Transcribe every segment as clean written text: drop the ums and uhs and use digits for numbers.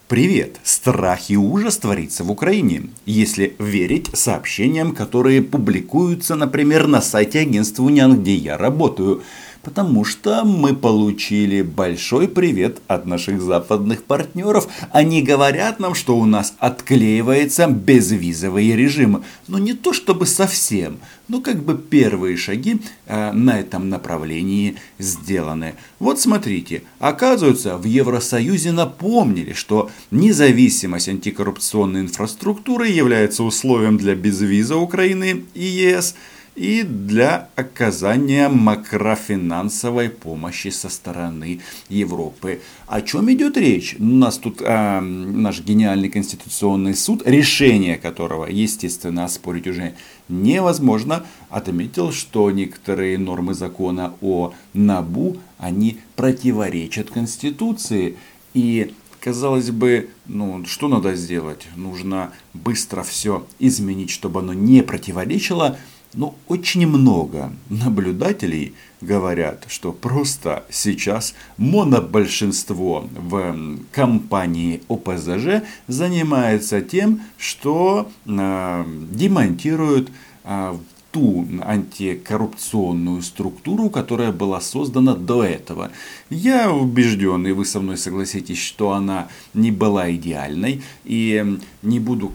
Привет! Страх и ужас творится в Украине, если верить сообщениям, которые публикуются, например, на сайте агентства Униан, где я работаю. Потому что мы получили большой привет от наших западных партнеров. Они говорят нам, что у нас отклеивается безвизовый режим. Но не то чтобы совсем, но как бы первые шаги на этом направлении сделаны. Вот смотрите, оказывается, в Евросоюзе напомнили, что независимость антикоррупционной инфраструктуры является условием для безвиза Украины и ЕС и для оказания макрофинансовой помощи со стороны Европы. О чем идет речь? У нас тут наш гениальный конституционный суд, решение которого, естественно, оспорить уже невозможно, отметил, что некоторые нормы закона о НАБУ, они противоречат Конституции. И казалось бы, что надо сделать? Нужно быстро все изменить, чтобы оно не противоречило. Но очень много наблюдателей говорят, что просто сейчас монобольшинство в компании ОПЗЖ занимается тем, что демонтирует ту антикоррупционную структуру, которая была создана до этого. Я убежден, и вы со мной согласитесь, что она не была идеальной, и не буду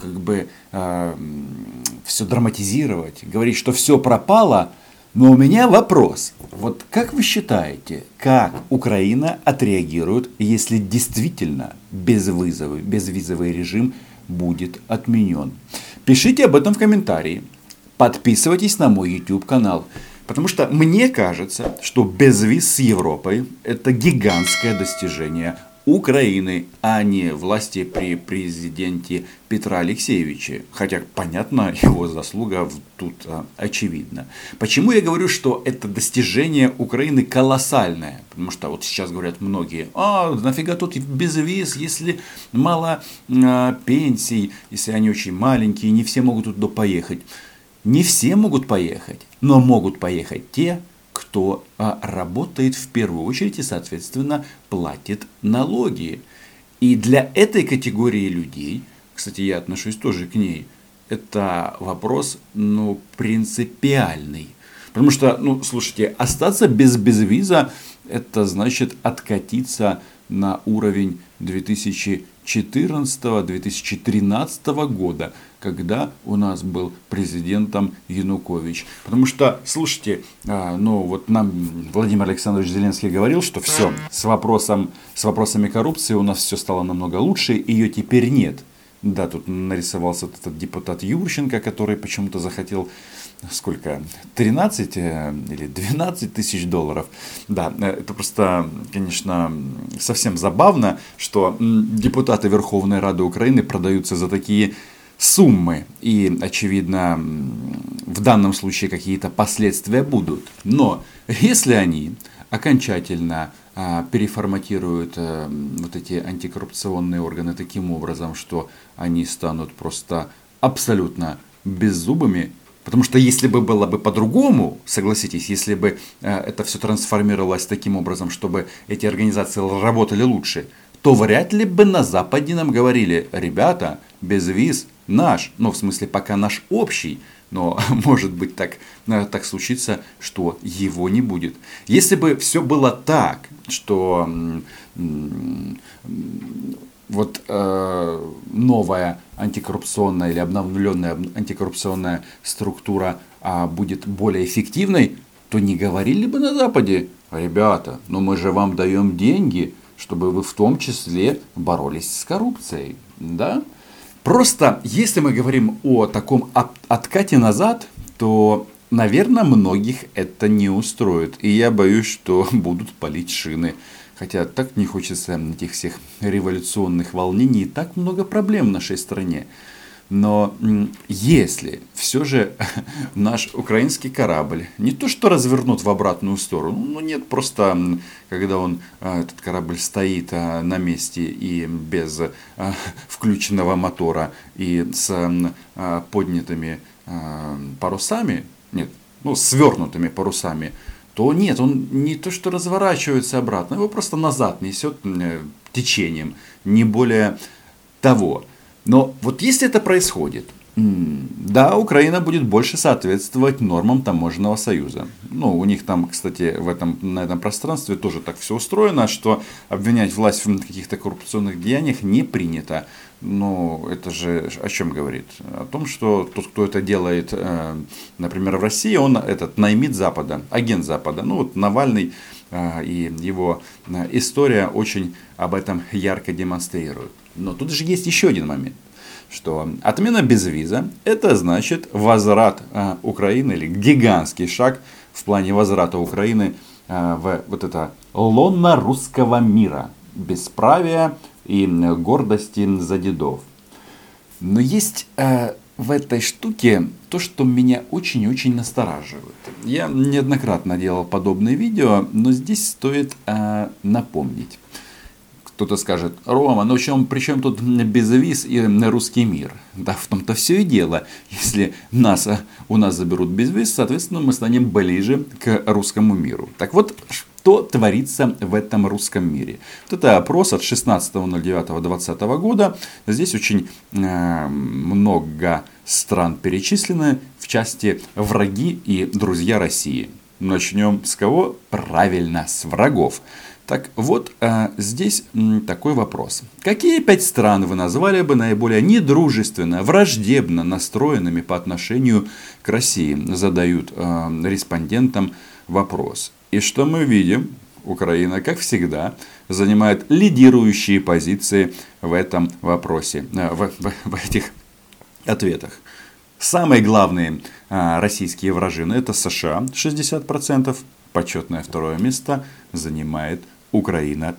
все драматизировать, говорить, что все пропало, но у меня вопрос. Вот как вы считаете, как Украина отреагирует, если действительно безвизовый режим будет отменен? Пишите об этом в комментарии. Подписывайтесь на мой YouTube канал. Потому что мне кажется, что безвиз с Европой это гигантское достижение Украины, а не власти при президенте Петра Алексеевича. Хотя, понятно, его заслуга тут очевидна. Почему я говорю, что это достижение Украины колоссальное? Потому что вот сейчас говорят многие, нафига тут безвиз, если мало пенсий, если они очень маленькие, не все могут туда поехать. Не все могут поехать, но могут поехать те, кто работает в первую очередь и, соответственно, платит налоги. И для этой категории людей, кстати, я отношусь тоже к ней, это вопрос, принципиальный. Потому что, слушайте, остаться без безвиза, это значит откатиться на уровень 2014-2013 года, когда у нас был президентом Янукович. Потому что, слушайте, нам Владимир Александрович Зеленский говорил, что все, с вопросами коррупции у нас все стало намного лучше, ее теперь нет. Да, тут нарисовался этот депутат Юрченко, который почему-то захотел 13 или 12 тысяч долларов. Да, это просто, конечно, совсем забавно, что депутаты Верховной Рады Украины продаются за такие суммы. И, очевидно, в данном случае какие-то последствия будут. Но если они окончательно переформатируют вот эти антикоррупционные органы таким образом, что они станут просто абсолютно беззубыми. Потому что если бы было бы по-другому, согласитесь, если бы это все трансформировалось таким образом, чтобы эти организации работали лучше, то вряд ли бы на Западе нам говорили: ребята, безвиз наш, в смысле пока наш общий, но может быть так случится, что его не будет. Если бы все было так, что новая антикоррупционная или обновленная антикоррупционная структура будет более эффективной, то не говорили бы на Западе: ребята, мы же вам даем деньги, чтобы вы в том числе боролись с коррупцией. Да? Просто, если мы говорим о таком откате назад, то, наверное, многих это не устроит. И я боюсь, что будут палить шины. Хотя так не хочется этих всех революционных волнений, так много проблем в нашей стране. Но если все же наш украинский корабль не то что развернут в обратную сторону, нет, просто когда этот корабль стоит на месте и без включенного мотора и с поднятыми парусами, свернутыми парусами, то нет, он не то что разворачивается обратно, его просто назад несет течением, не более того. Но вот если это происходит, да, Украина будет больше соответствовать нормам таможенного союза. Ну, у них там, кстати, на этом пространстве тоже так все устроено, что обвинять власть в каких-то коррупционных деяниях не принято. Но это же о чем говорит? О том, что тот, кто это делает, например, в России, он наймит Запада, агент Запада. Ну, вот Навальный и его история очень об этом ярко демонстрирует. Но тут же есть еще один момент, что отмена безвиза — это значит возврат Украины, или гигантский шаг в плане возврата Украины в вот это лоно русского мира, бесправия и гордости за дедов. Но есть в этой штуке то, что меня очень-очень настораживает. Я неоднократно делал подобные видео, но здесь стоит напомнить. Кто-то скажет: Рома, ну при чем тут безвиз и русский мир? Да, в том-то все и дело. Если у нас заберут безвиз, соответственно, мы станем ближе к русскому миру. Так вот, что творится в этом русском мире? Вот это опрос от 16.09.2020 года. Здесь очень много стран перечислены в части враги и друзья России. Начнем с кого? Правильно, с врагов. Так вот, здесь такой вопрос. Какие 5 стран вы назвали бы наиболее недружественно, враждебно настроенными по отношению к России? Задают респондентам вопрос. И что мы видим? Украина, как всегда, занимает лидирующие позиции в этом вопросе, в этих ответах. Самые главные российские вражины — это США, 60%. Почетное второе место занимает Украина,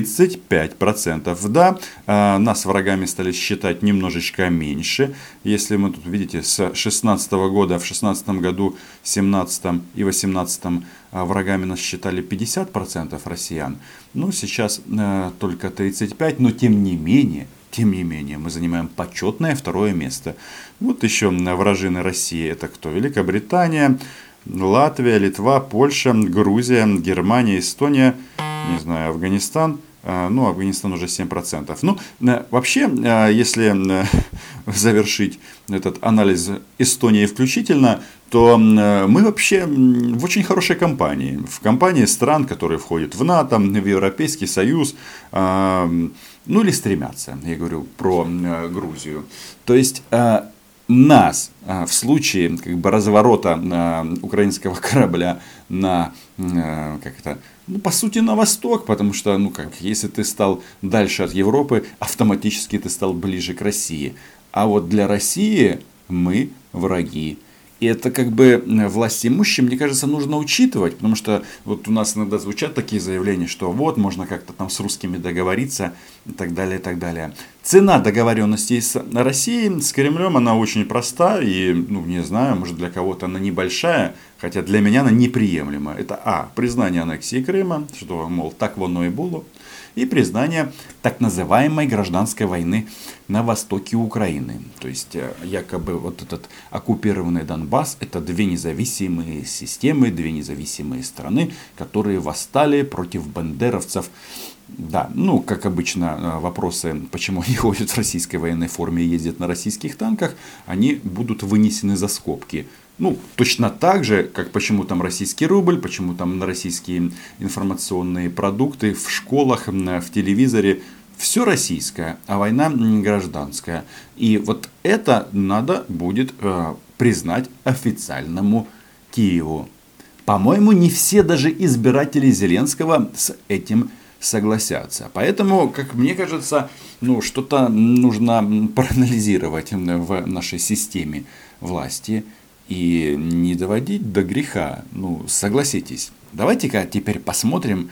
35%. Да, нас врагами стали считать немножечко меньше. Если мы тут видите, с 16 года, в 16 году, 17 и 18 врагами нас считали 50% россиян. Ну, сейчас только 35%, но тем не менее, мы занимаем почетное второе место. Вот еще вражины России — это кто? Великобритания, Латвия, Литва, Польша, Грузия, Германия, Эстония, не знаю, Афганистан. Ну, Афганистан уже 7%. Ну, вообще, если завершить этот анализ Эстонии включительно, то мы вообще в очень хорошей компании. В компании стран, которые входят в НАТО, в Европейский Союз, ну или стремятся. Я говорю про Грузию. То есть нас в случае разворота украинского корабля на, по сути, на восток, потому что, если ты стал дальше от Европы, автоматически ты стал ближе к России. А вот для России мы враги. И это властимущим, мне кажется, нужно учитывать, потому что вот у нас иногда звучат такие заявления, что вот можно как-то там с русскими договориться и так далее, и так далее. Цена договоренности с Россией, с Кремлем, она очень проста и, не знаю, может для кого-то она небольшая, хотя для меня она неприемлема. Это признание аннексии Крыма, что, мол, так воно и было. И признание так называемой гражданской войны на востоке Украины. То есть, якобы вот этот оккупированный Донбасс — это 2 независимые системы, 2 независимые страны, которые восстали против бандеровцев. Да, как обычно, вопросы, почему они ходят в российской военной форме и ездят на российских танках, они будут вынесены за скобки. Точно так же, как почему там российский рубль, почему там российские информационные продукты в школах, в телевизоре. Все российское, а война гражданская. И вот это надо будет признать официальному Киеву. По-моему, не все даже избиратели Зеленского с этим согласятся. Поэтому, как мне кажется, что-то нужно проанализировать в нашей системе власти и не доводить до греха. Согласитесь. Давайте-ка теперь посмотрим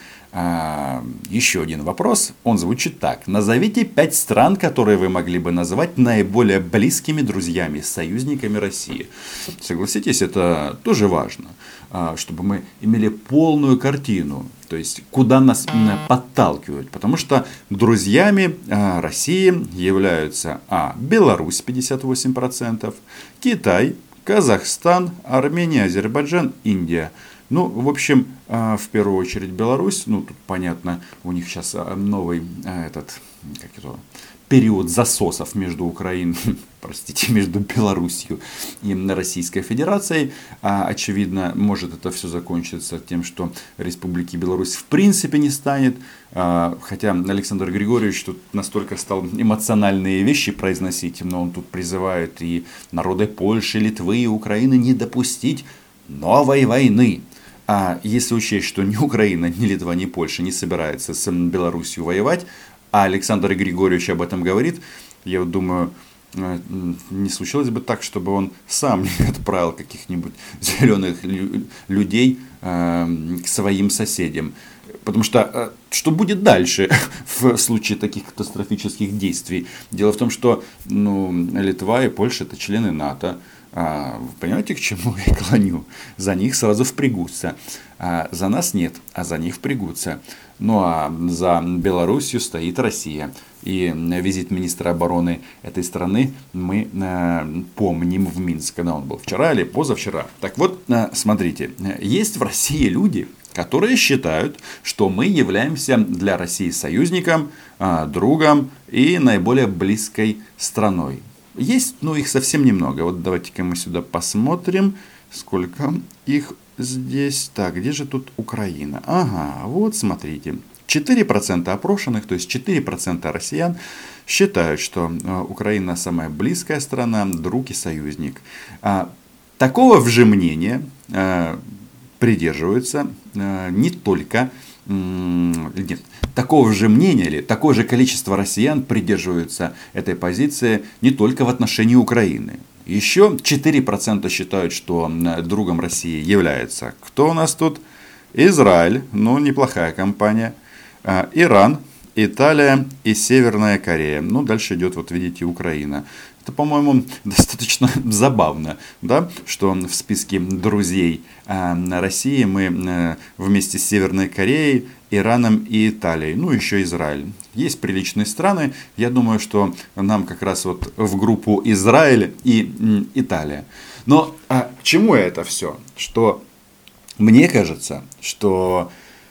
еще один вопрос. Он звучит так. Назовите 5 стран, которые вы могли бы назвать наиболее близкими друзьями, союзниками России. Согласитесь, это тоже важно, чтобы мы имели полную картину. То есть, куда нас подталкивают. Потому что друзьями России являются Беларусь 58%, Китай, Казахстан, Армения, Азербайджан, Индия. В общем, в первую очередь Беларусь. Тут понятно, у них сейчас новый период засосов между Украиной, простите, между Белоруссией и Российской Федерацией. Очевидно, может это все закончиться тем, что Республики Беларусь в принципе не станет. Хотя Александр Григорьевич тут настолько стал эмоциональные вещи произносить, но он тут призывает и народы Польши, Литвы и Украины не допустить новой войны. А если учесть, что ни Украина, ни Литва, ни Польша не собираются с Беларусью воевать, а Александр Григорьевич об этом говорит, я вот думаю, не случилось бы так, чтобы он сам не отправил каких-нибудь зеленых людей к своим соседям. Потому что будет дальше в случае таких катастрофических действий? Дело в том, что Литва и Польша это члены НАТО. Вы понимаете, к чему я клоню? За них сразу впрягутся. За нас нет, а за них впрягутся. Ну а за Белоруссию стоит Россия. И визит министра обороны этой страны мы помним в Минске, когда он был вчера или позавчера. Так вот, смотрите, есть в России люди, которые считают, что мы являемся для России союзником, другом и наиболее близкой страной. Есть, но их совсем немного. Вот давайте-ка мы сюда посмотрим, сколько их здесь. Так, где же тут Украина? Ага, вот смотрите. 4% опрошенных, то есть 4% россиян считают, что Украина самая близкая страна, друг и союзник. Такого же мнения придерживаются не только... Нет, такого же мнения или такое же количество россиян придерживаются этой позиции не только в отношении Украины. Еще 4% считают, что другом России является кто у нас тут? Израиль, неплохая компания. Иран, Италия и Северная Корея. Дальше идет, вот видите, Украина. Это, по-моему, достаточно забавно, да, что в списке друзей России мы вместе с Северной Кореей, Ираном и Италией, еще Израиль. Есть приличные страны, я думаю, что нам как раз вот в группу Израиль и Италия. Но к чему это все? Что мне кажется, что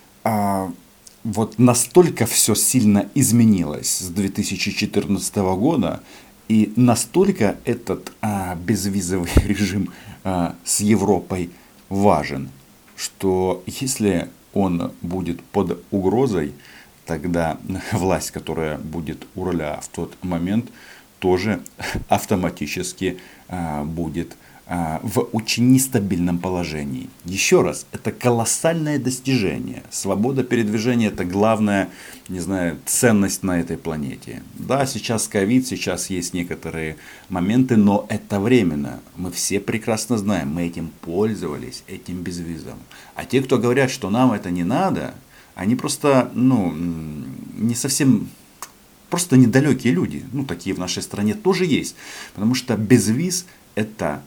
вот настолько все сильно изменилось с 2014 года, и настолько этот безвизовый режим с Европой важен, что если он будет под угрозой, тогда власть, которая будет у руля в тот момент, тоже автоматически будет в очень нестабильном положении. Еще раз, это колоссальное достижение. Свобода передвижения – это главная, ценность на этой планете. Да, сейчас ковид, сейчас есть некоторые моменты, но это временно. Мы все прекрасно знаем, мы этим пользовались, этим безвизом. А те, кто говорят, что нам это не надо, они просто, не совсем... Просто недалекие люди. Такие в нашей стране тоже есть. Потому что безвиз – это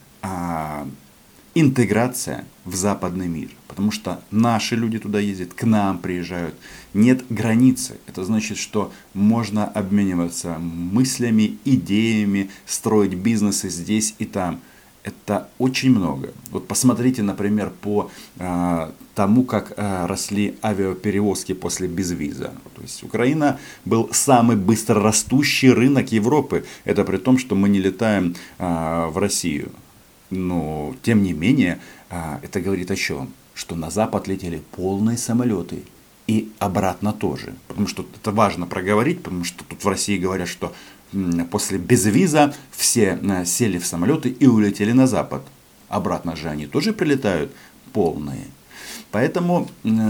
интеграция в западный мир. Потому что наши люди туда ездят, к нам приезжают. Нет границы. Это значит, что можно обмениваться мыслями, идеями, строить бизнесы здесь и там. Это очень много. Вот посмотрите, например, по тому, как росли авиаперевозки после безвиза. То есть Украина был самый быстрорастущий рынок Европы. Это при том, что мы не летаем в Россию. Но, тем не менее, это говорит о чем? Что на Запад летели полные самолеты. И обратно тоже. Потому что это важно проговорить, потому что тут в России говорят, что после безвиза все сели в самолеты и улетели на Запад. Обратно же они тоже прилетают полные. Поэтому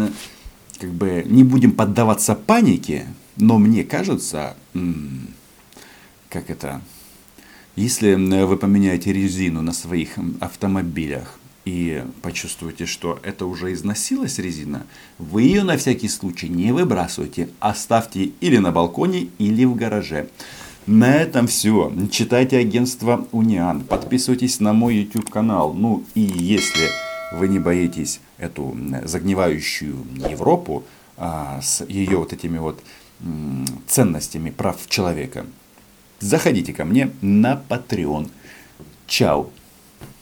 не будем поддаваться панике, но мне кажется, если вы поменяете резину на своих автомобилях и почувствуете, что это уже износилась резина, вы ее на всякий случай не выбрасывайте, оставьте или на балконе, или в гараже. На этом все. Читайте агентство Униан, подписывайтесь на мой YouTube канал. И если вы не боитесь эту загнивающую Европу с ее вот этими вот ценностями прав человека, заходите ко мне на Patreon. Чао!